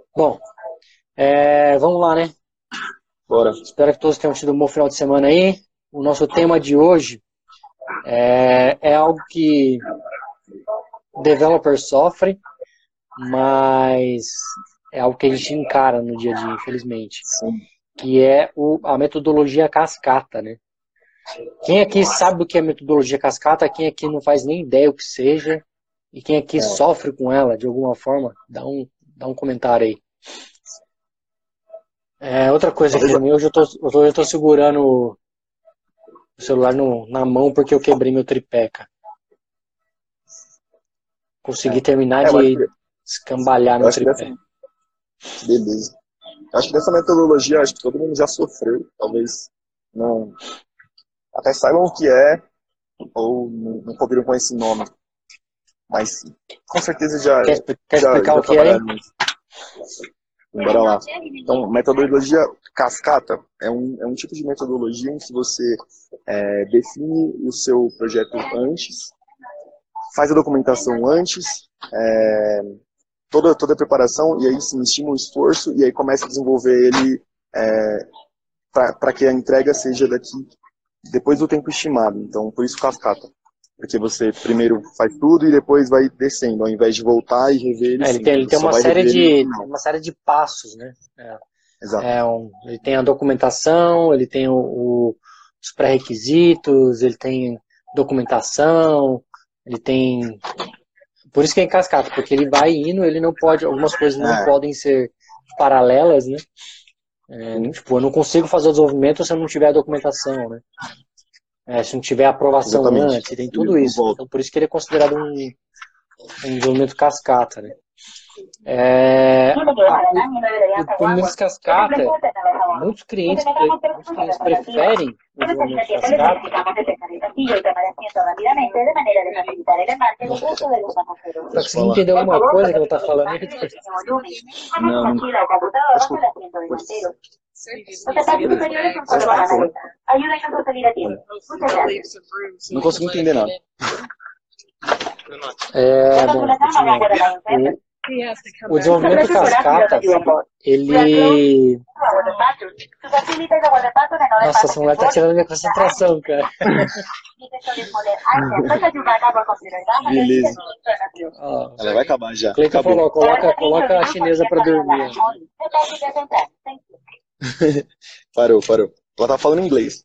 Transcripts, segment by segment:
Bom, vamos lá, né? Bora. Espero que todos tenham tido um bom final de semana aí. O nosso tema de hoje é algo que developer sofre, mas é algo que a gente encara no dia a dia, infelizmente, Sim. que é a metodologia cascata, né? Quem aqui sabe o que é metodologia cascata? Quem aqui não faz nem ideia o que seja? E quem aqui sofre com ela de alguma forma? Dá um comentário aí. Outra coisa aqui também, hoje eu tô segurando o celular na mão porque eu quebrei meu tripé, cara. Consegui terminar Eu acho de que, escambalhar eu meu acho que dessa. tripé. Beleza. Eu acho que dessa metodologia, acho que todo mundo já sofreu. Talvez não. Até saibam o que é, ou nunca ouviram com esse nome. Mas com certeza Quer explicar o já que é aí? trabalharam nisso. Bora lá. Então, metodologia cascata é um tipo de metodologia em que você define o seu projeto antes, faz a documentação antes, toda a preparação, e aí sim estima o esforço, e aí começa a desenvolver ele para que a entrega seja depois do tempo estimado. Então, por isso cascata. Porque você primeiro faz tudo e depois vai descendo, ao invés de voltar e rever ele Ele sempre. tem Você só vai rever ele no final. uma série de passos, né? Exato. Ele tem a documentação, ele tem os pré-requisitos, ele tem documentação, ele tem. Por isso que é em cascata, porque ele vai indo, ele não pode, algumas coisas não podem ser paralelas, né? Tipo, eu não consigo fazer o desenvolvimento se eu não tiver a documentação, né? Se não tiver aprovação Exatamente. antes, tem Ele tudo não isso. volta. Então, por isso que ele é considerado um desenvolvimento cascata, né? O desenvolvimento cascata, muitos clientes preferem o desenvolvimento cascata. Pra Pode conseguir falar. entender alguma coisa que ela está falando, Não. Não consegui entender nada. Bom, continuando. O desenvolvimento cascata, ele... Nossa, essa mulher tá tirando minha concentração, cara. Beleza. Ela vai acabar já. Cleiton falou, coloca a chinesa pra dormir. Parou. Ela tá falando inglês.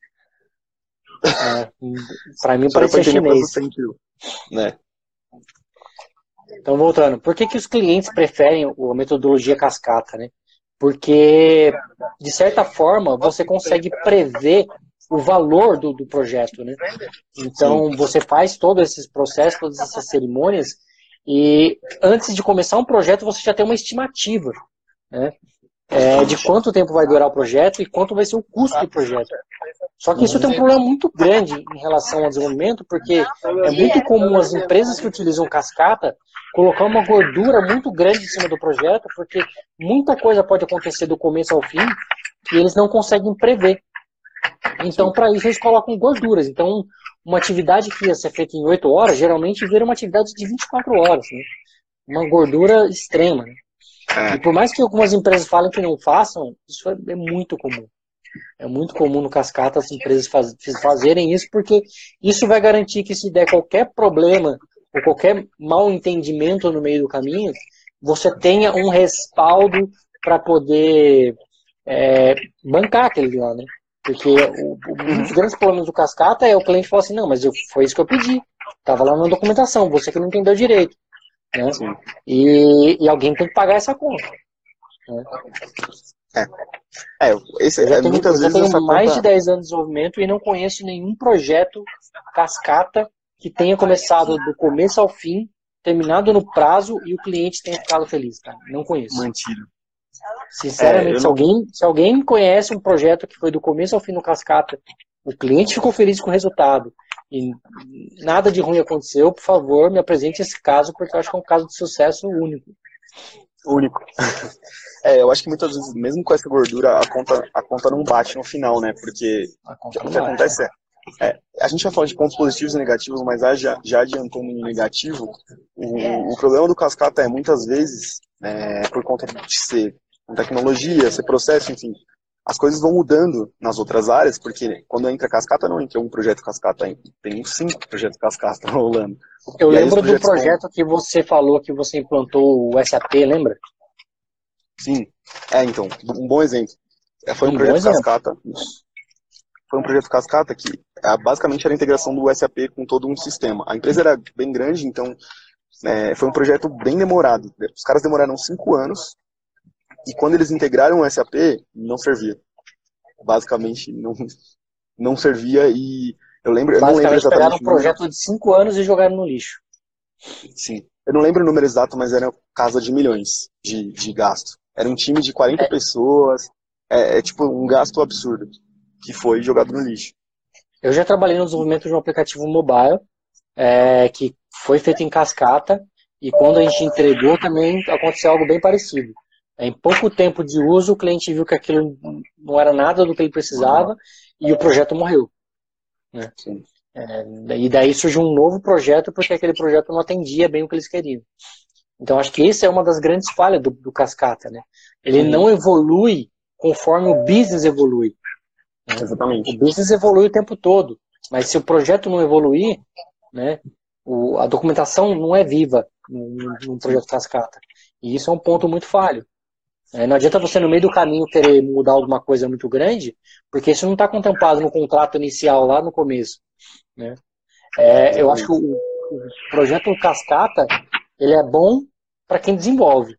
Pra mim Só deu pra parecia entender porque chinês. você sentiu. Né? Então, voltando, por que os clientes preferem a metodologia cascata, né? Porque, de certa forma, você consegue prever o valor do projeto, né? Então, você faz todos esses processos, todas essas cerimônias, e antes de começar um projeto, você já tem uma estimativa, né? De quanto tempo vai durar o projeto e quanto vai ser o custo do projeto. Só que isso tem um problema muito grande em relação ao desenvolvimento, porque é muito comum as empresas que utilizam cascata colocar uma gordura muito grande em cima do projeto, porque muita coisa pode acontecer do começo ao fim que eles não conseguem prever. Então, para isso, eles colocam gorduras. Então, uma atividade que ia ser feita em 8 horas, geralmente vira uma atividade de 24 horas. Né? Uma gordura extrema. Né? E por mais que algumas empresas falem que não façam, isso é muito comum. É muito comum no cascata as empresas fazerem isso, porque isso vai garantir que se der qualquer problema ou qualquer mal entendimento no meio do caminho, você tenha um respaldo para poder bancar aquele lá, né? Porque um dos grandes problemas do cascata é o cliente falar assim, não, mas foi isso que eu pedi, estava lá na documentação, você que não entendeu direito. Né? E alguém tem que pagar essa conta. Né? Muitas vezes tenho essa mais conta... de 10 anos de desenvolvimento e não conheço nenhum projeto cascata que tenha começado do começo ao fim, terminado no prazo e o cliente tenha ficado feliz, cara. Não conheço. Mantido. Sinceramente, se alguém conhece um projeto que foi do começo ao fim no cascata, o cliente ficou feliz com o resultado e nada de ruim aconteceu, por favor, me apresente esse caso, porque eu acho que é um caso de sucesso único. Eu acho que muitas vezes, mesmo com essa gordura, a conta não bate no final, né? Porque o que acontece A gente já falou de pontos positivos e negativos, mas já adiantando no negativo, o problema do cascata é, muitas vezes, por conta de ser tecnologia, ser processo, enfim, as coisas vão mudando nas outras áreas, porque quando entra cascata, não entra um projeto cascata, tem uns 5 projetos cascata rolando. Eu E aí os lembro do projetos projeto que você falou que você implantou o SAP, lembra? Sim, então, um bom exemplo. Foi um Um bom projeto exemplo. cascata, foi um projeto cascata que basicamente era a integração do SAP com todo um sistema. A empresa era bem grande, então foi um projeto bem demorado. Os caras demoraram 5 anos e quando eles integraram o SAP, não servia. Basicamente, não servia e eu não lembro Basicamente pegaram exatamente um o número. projeto de 5 anos e jogaram no lixo. Sim, eu não lembro o número exato, mas era casa de milhões de gasto. Era um time de 40 pessoas, tipo um gasto absurdo que foi jogado no lixo. Eu já trabalhei no desenvolvimento de um aplicativo mobile que foi feito em cascata e quando a gente entregou também aconteceu algo bem parecido. Em pouco tempo de uso, o cliente viu que aquilo não era nada do que ele precisava e o projeto morreu. Né? E daí surgiu um novo projeto porque aquele projeto não atendia bem o que eles queriam. Então acho que essa é uma das grandes falhas do cascata. Né? Ele não evolui conforme o business evolui. Né? Exatamente. O business evolui o tempo todo, mas se o projeto não evoluir, né, a documentação não é viva num projeto cascata. E isso é um ponto muito falho. Não adianta você, no meio do caminho, querer mudar alguma coisa muito grande, porque isso não está contemplado no contrato inicial, lá no começo. Né? Eu acho que o projeto cascata ele é bom para quem desenvolve.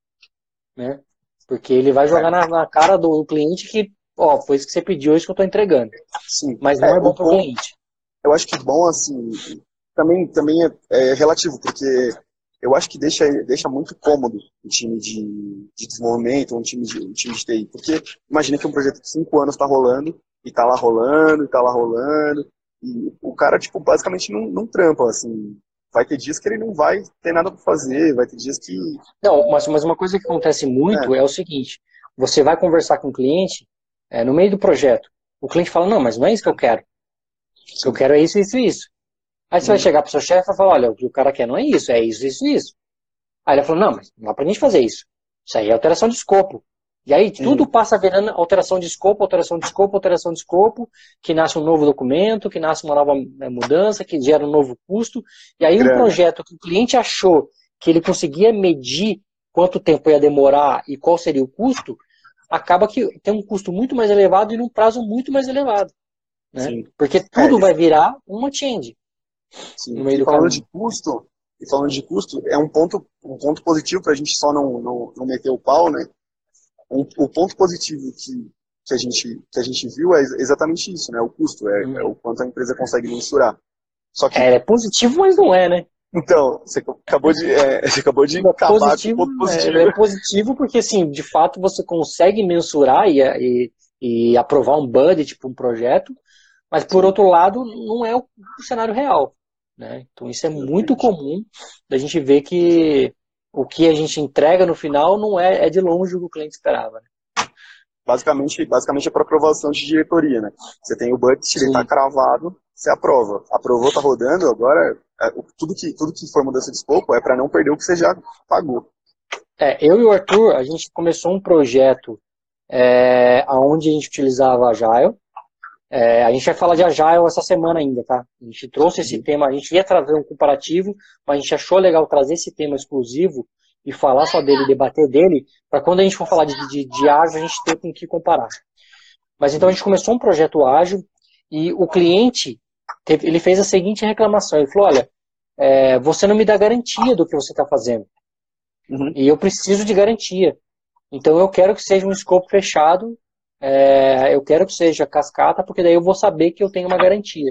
Né? Porque ele vai jogar na cara do cliente que, foi isso que você pediu, é isso que eu estou entregando. Sim. Mas não é bom para o cliente. Eu acho que bom, assim, também é relativo, porque eu acho que deixa muito cômodo um time de desenvolvimento, um time de TI. Porque imagina que um projeto de 5 anos está rolando, e está lá rolando, e está lá rolando, e o cara, tipo, basicamente não trampa, assim. Vai ter dias que ele não vai ter nada para fazer, vai ter dias que... Não, mas uma coisa que acontece muito é o seguinte, você vai conversar com o cliente, no meio do projeto, o cliente fala, não, mas não é isso que eu quero. O que eu quero é isso, isso e isso. Aí você vai chegar para o seu chefe e falar, olha, o que o cara quer não é isso, é isso, isso e isso. Aí ele falou, não, mas não dá pra gente fazer isso. Isso aí é alteração de escopo. E aí tudo passa virando alteração de escopo, alteração de escopo, alteração de escopo, que nasce um novo documento, que nasce uma nova mudança, que gera um novo custo. E aí um projeto que o cliente achou que ele conseguia medir quanto tempo ia demorar e qual seria o custo, acaba que tem um custo muito mais elevado e num prazo muito mais elevado. Né? Porque tudo vai virar uma change. Sim. No meio do falando caminho. de custo, é um ponto positivo para a gente só não meter o pau, né? O ponto positivo que a gente viu é exatamente isso, né? O custo, é o quanto a empresa consegue mensurar. Só que, é positivo, mas não é, né? Então, você acabou de acabar com o ponto positivo. É positivo porque, assim, de fato você consegue mensurar e aprovar um budget para um projeto, mas, por outro lado, não é o cenário real. Né? Então, isso é muito comum da gente ver que o que a gente entrega no final não é de longe o que o cliente esperava. Né? Basicamente é para aprovação de diretoria, né? Você tem o budget, ele está cravado, você aprova. Aprovou, está rodando, agora tudo que for mudança de escopo é para não perder o que você já pagou. Eu e o Arthur, a gente começou um projeto onde a gente utilizava Agile. A gente vai falar de Agile essa semana ainda, tá? A gente trouxe esse tema, a gente ia trazer um comparativo, mas a gente achou legal trazer esse tema exclusivo e falar só dele, debater dele, para quando a gente for falar de ágil, a gente ter com o que comparar. Mas então a gente começou um projeto ágil e o cliente, ele fez a seguinte reclamação, ele falou, olha, você não me dá garantia do que você está fazendo. E eu preciso de garantia. Então eu quero que seja um escopo fechado, eu quero que seja cascata, porque daí eu vou saber que eu tenho uma garantia.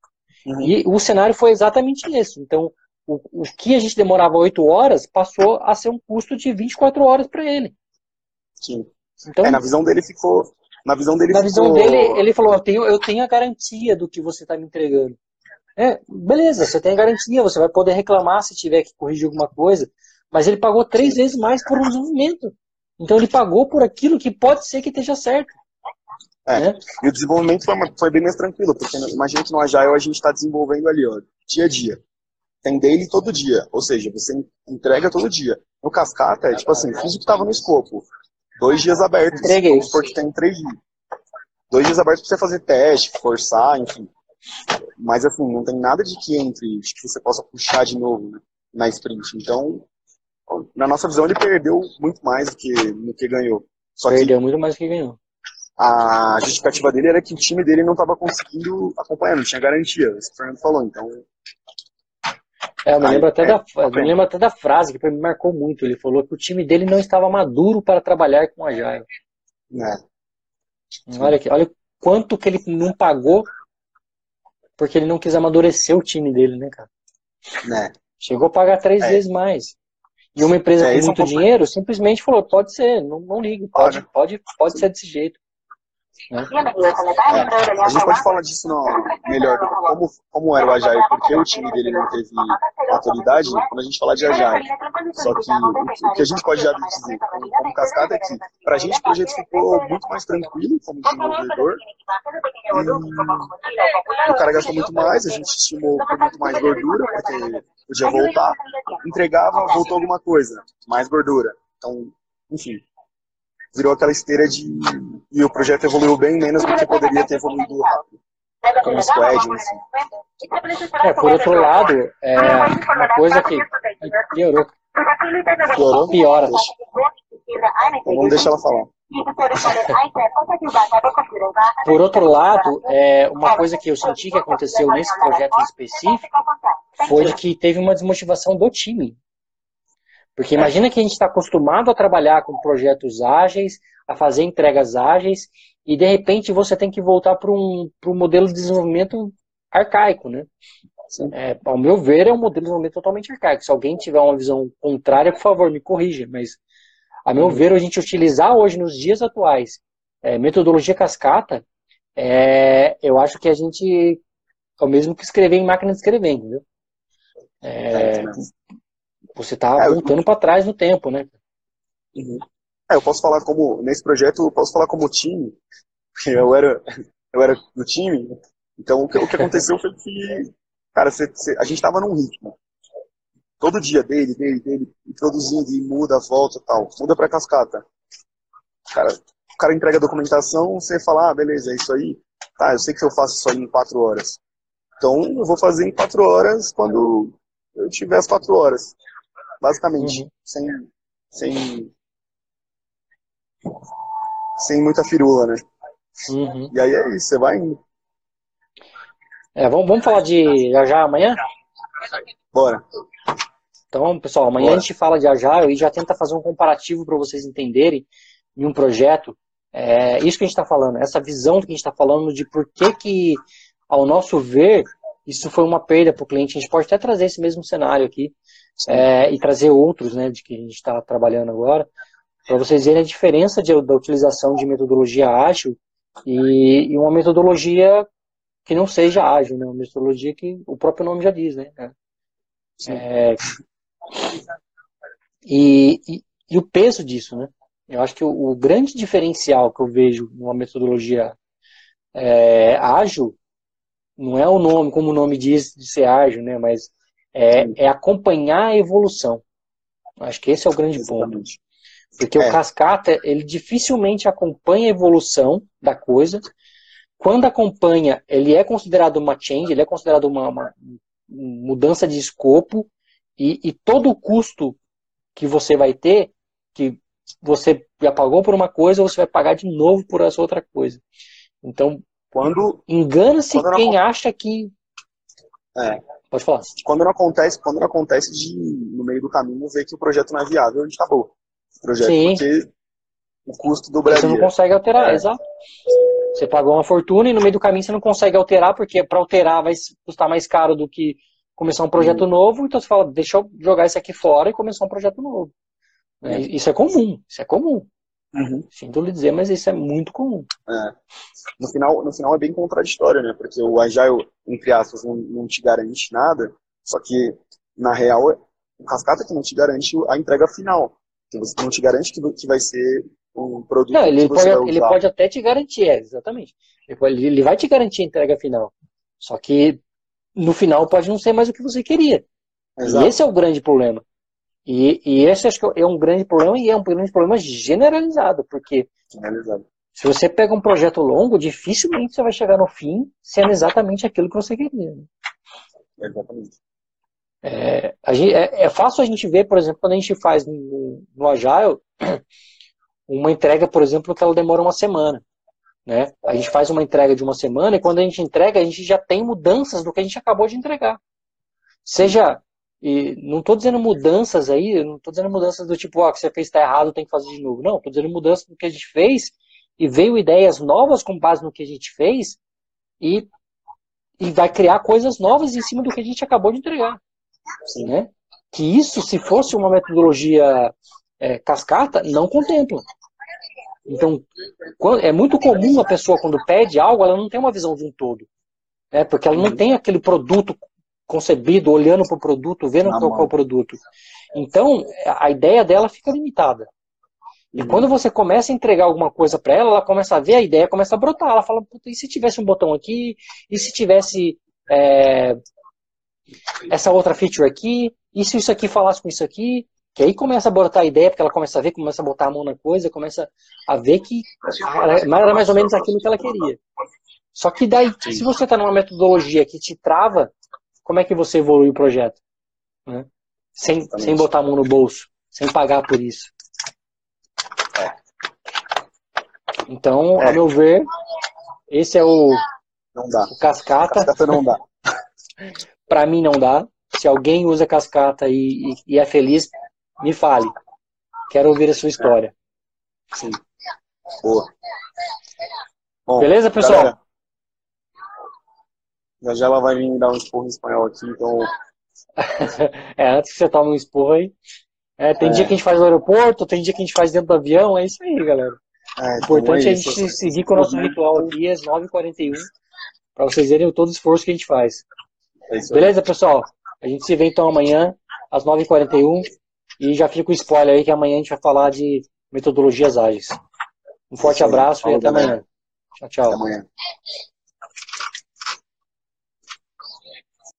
E o cenário foi exatamente esse. Então, o que a gente demorava 8 horas passou a ser um custo de 24 horas para ele. Sim. Então, na visão dele ficou... Na visão dele, ele falou, eu tenho a garantia do que você está me entregando. Beleza, você tem a garantia, você vai poder reclamar se tiver que corrigir alguma coisa, mas ele pagou 3 vezes mais por um desenvolvimento. Então ele pagou por aquilo que pode ser que esteja certo. né? E o desenvolvimento foi bem mais tranquilo, porque imagina que no Agile a gente está desenvolvendo ali, ó, dia a dia. Tem daily todo dia, ou seja, você entrega todo dia. No Cascata, é tipo assim, fiz o que estava no escopo. 2 dias abertos, Entreguei. vamos supor que tem 3 dias. 2 dias abertos para você fazer teste, forçar, enfim. Mas assim, não tem nada de que entre, de que você possa puxar de novo, né, na sprint. Então, na nossa visão, ele perdeu muito mais do que ganhou. Só que Perdeu muito mais do que ganhou. a justificativa dele era que o time dele não estava conseguindo acompanhar, não tinha garantia, isso que o Fernando falou. Então, Eu me lembro pena. até da frase que me marcou muito. Ele falou que o time dele não estava maduro para trabalhar com Agile. Olha quanto que ele não pagou porque ele não quis amadurecer o time dele, né, cara? Chegou a pagar 3 vezes mais. E uma empresa com muito dinheiro simplesmente falou, pode ser, não ligue, pode ser desse jeito. Né? A gente pode falar disso melhor, como era o Agile, porque o time dele não teve maturidade quando a gente falar de Agile. Só que o que a gente pode já dizer como Cascata é que pra gente o projeto ficou muito mais tranquilo como desenvolvedor e o cara gastou muito mais, a gente estimou com muito mais gordura, porque podia voltar, entregava, voltou alguma coisa, mais gordura. Então, enfim, virou aquela esteira e o projeto evoluiu bem menos do que poderia ter evoluído rápido. Como squad, enfim. Por outro lado, uma coisa que piorou. Piora. Então vamos deixar ela falar. Por outro lado, uma coisa que eu senti que aconteceu nesse projeto em específico foi de que teve uma desmotivação do time. Porque imagina que a gente está acostumado a trabalhar com projetos ágeis, a fazer entregas ágeis, e de repente você tem que voltar para um modelo de desenvolvimento arcaico, né? Ao meu ver, é um modelo de desenvolvimento totalmente arcaico. Se alguém tiver uma visão contrária, por favor, me corrija. Mas, a meu ver, a gente utilizar hoje, nos dias atuais, metodologia cascata, eu acho que a gente é o mesmo que escrever em máquina de escrever, entendeu? Você está voltando para trás no tempo, né? Eu posso falar nesse projeto, eu posso falar como time, porque eu era do time, então o que aconteceu foi que, cara, a gente estava num ritmo, todo dia dele, produzindo e muda, volta e tal, muda para Cascata. O cara entrega a documentação, você fala, beleza, é isso aí, tá, eu sei que eu faço isso aí em 4 horas, então eu vou fazer em 4 horas quando eu tiver as 4 horas, basicamente, sem muita firula, né? E aí é isso, você vai indo. Vamos falar de já amanhã? Bora. Então, pessoal, amanhã a gente fala de Agile e já tenta fazer um comparativo para vocês entenderem em um projeto. Isso que a gente está falando, essa visão que a gente está falando de por que, ao nosso ver, isso foi uma perda para o cliente. A gente pode até trazer esse mesmo cenário aqui e trazer outros, né, de que a gente está trabalhando agora, para vocês verem a diferença da utilização de metodologia ágil e uma metodologia que não seja ágil, né? Uma metodologia que o próprio nome já diz, né? E o peso disso, né? Eu acho que o grande diferencial que eu vejo numa metodologia ágil não é o nome, como o nome diz, de ser ágil, né? Mas é acompanhar a evolução. Acho que esse é o grande ponto. Porque o cascata, ele dificilmente acompanha a evolução da coisa. Quando acompanha, ele é considerado uma change, ele é considerado uma mudança de escopo, e todo o custo que você vai ter, que você já pagou por uma coisa, você vai pagar de novo por essa outra coisa. Então, engana-se quem acha que... Pode falar. Quando não acontece no meio do caminho, ver que o projeto não é viável, a gente acabou o projeto. Sim. Porque o custo dobraria. Você não consegue alterar, exato. Você pagou uma fortuna e no meio do caminho você não consegue alterar, porque para alterar vai custar mais caro do que começar um projeto novo, então você fala, deixa eu jogar isso aqui fora e começar um projeto novo. Isso é comum. Sinto lhe dizer, mas isso é muito comum. No final é bem contraditório, né? Porque o Agile, entre aspas, não te garante nada, só que, na real, o Cascata que não te garante a entrega final. Que você não te garante que vai ser um produto Não, que você vai ele usar. pode até te garantir, exatamente. Ele vai te garantir a entrega final. Só que no final pode não ser mais o que você queria. E Exato. esse é o grande problema. E esse acho que é um grande problema e é um grande problema generalizado, porque Finalizado. se você pega um projeto longo, dificilmente você vai chegar no fim sendo exatamente aquilo que você queria. Né? Exatamente. É fácil a gente ver, por exemplo, quando a gente faz no Agile, uma entrega, por exemplo, que ela demora uma semana. Né? A gente faz uma entrega de uma semana e quando a gente entrega, a gente já tem mudanças do que a gente acabou de entregar. Seja, e não estou dizendo mudanças aí, não estou dizendo mudanças do tipo, que você fez está errado, tem que fazer de novo. Não, estou dizendo mudanças do que a gente fez e veio ideias novas com base no que a gente fez e vai criar coisas novas em cima do que a gente acabou de entregar. Sim. Né? Que isso, se fosse uma metodologia cascata, não contempla. Então, é muito comum a pessoa, quando pede algo, ela não tem uma visão de um todo. Né? Porque ela não tem aquele produto concebido, olhando para o produto, vendo qual é o produto. Então, a ideia dela fica limitada. E quando você começa a entregar alguma coisa para ela, ela começa a ver a ideia, começa a brotar. Ela fala, puta, e se tivesse um botão aqui? E se tivesse essa outra feature aqui? E se isso aqui falasse com isso aqui? Que aí começa a brotar a ideia, porque ela começa a ver, começa a botar a mão na coisa, começa a ver que era mais ou menos aquilo que ela queria. Só que daí, se você está numa metodologia que te trava, como é que você evolui o projeto? Né? Sem botar a mão no bolso, sem pagar por isso. Então, a meu ver, esse é não dá. O cascata. Cascata não dá. Para mim não dá. Se alguém usa cascata e é feliz, me fale. Quero ouvir a sua história. Sim. Boa. Bom, beleza, pessoal? Galera, já ela vai vir me dar um esporro em espanhol aqui, então... Antes que você tome um esporro aí. Tem dia que a gente faz no aeroporto, tem dia que a gente faz dentro do avião, é isso aí, galera. O importante é a gente seguir com o nosso ritual aqui, às 9h41, para vocês verem todo o esforço que a gente faz. Beleza, pessoal? A gente se vê então amanhã, às 9h41, e já fica o spoiler aí que amanhã a gente vai falar de metodologias ágeis. Um forte abraço e até amanhã. Tchau, tchau. Até amanhã.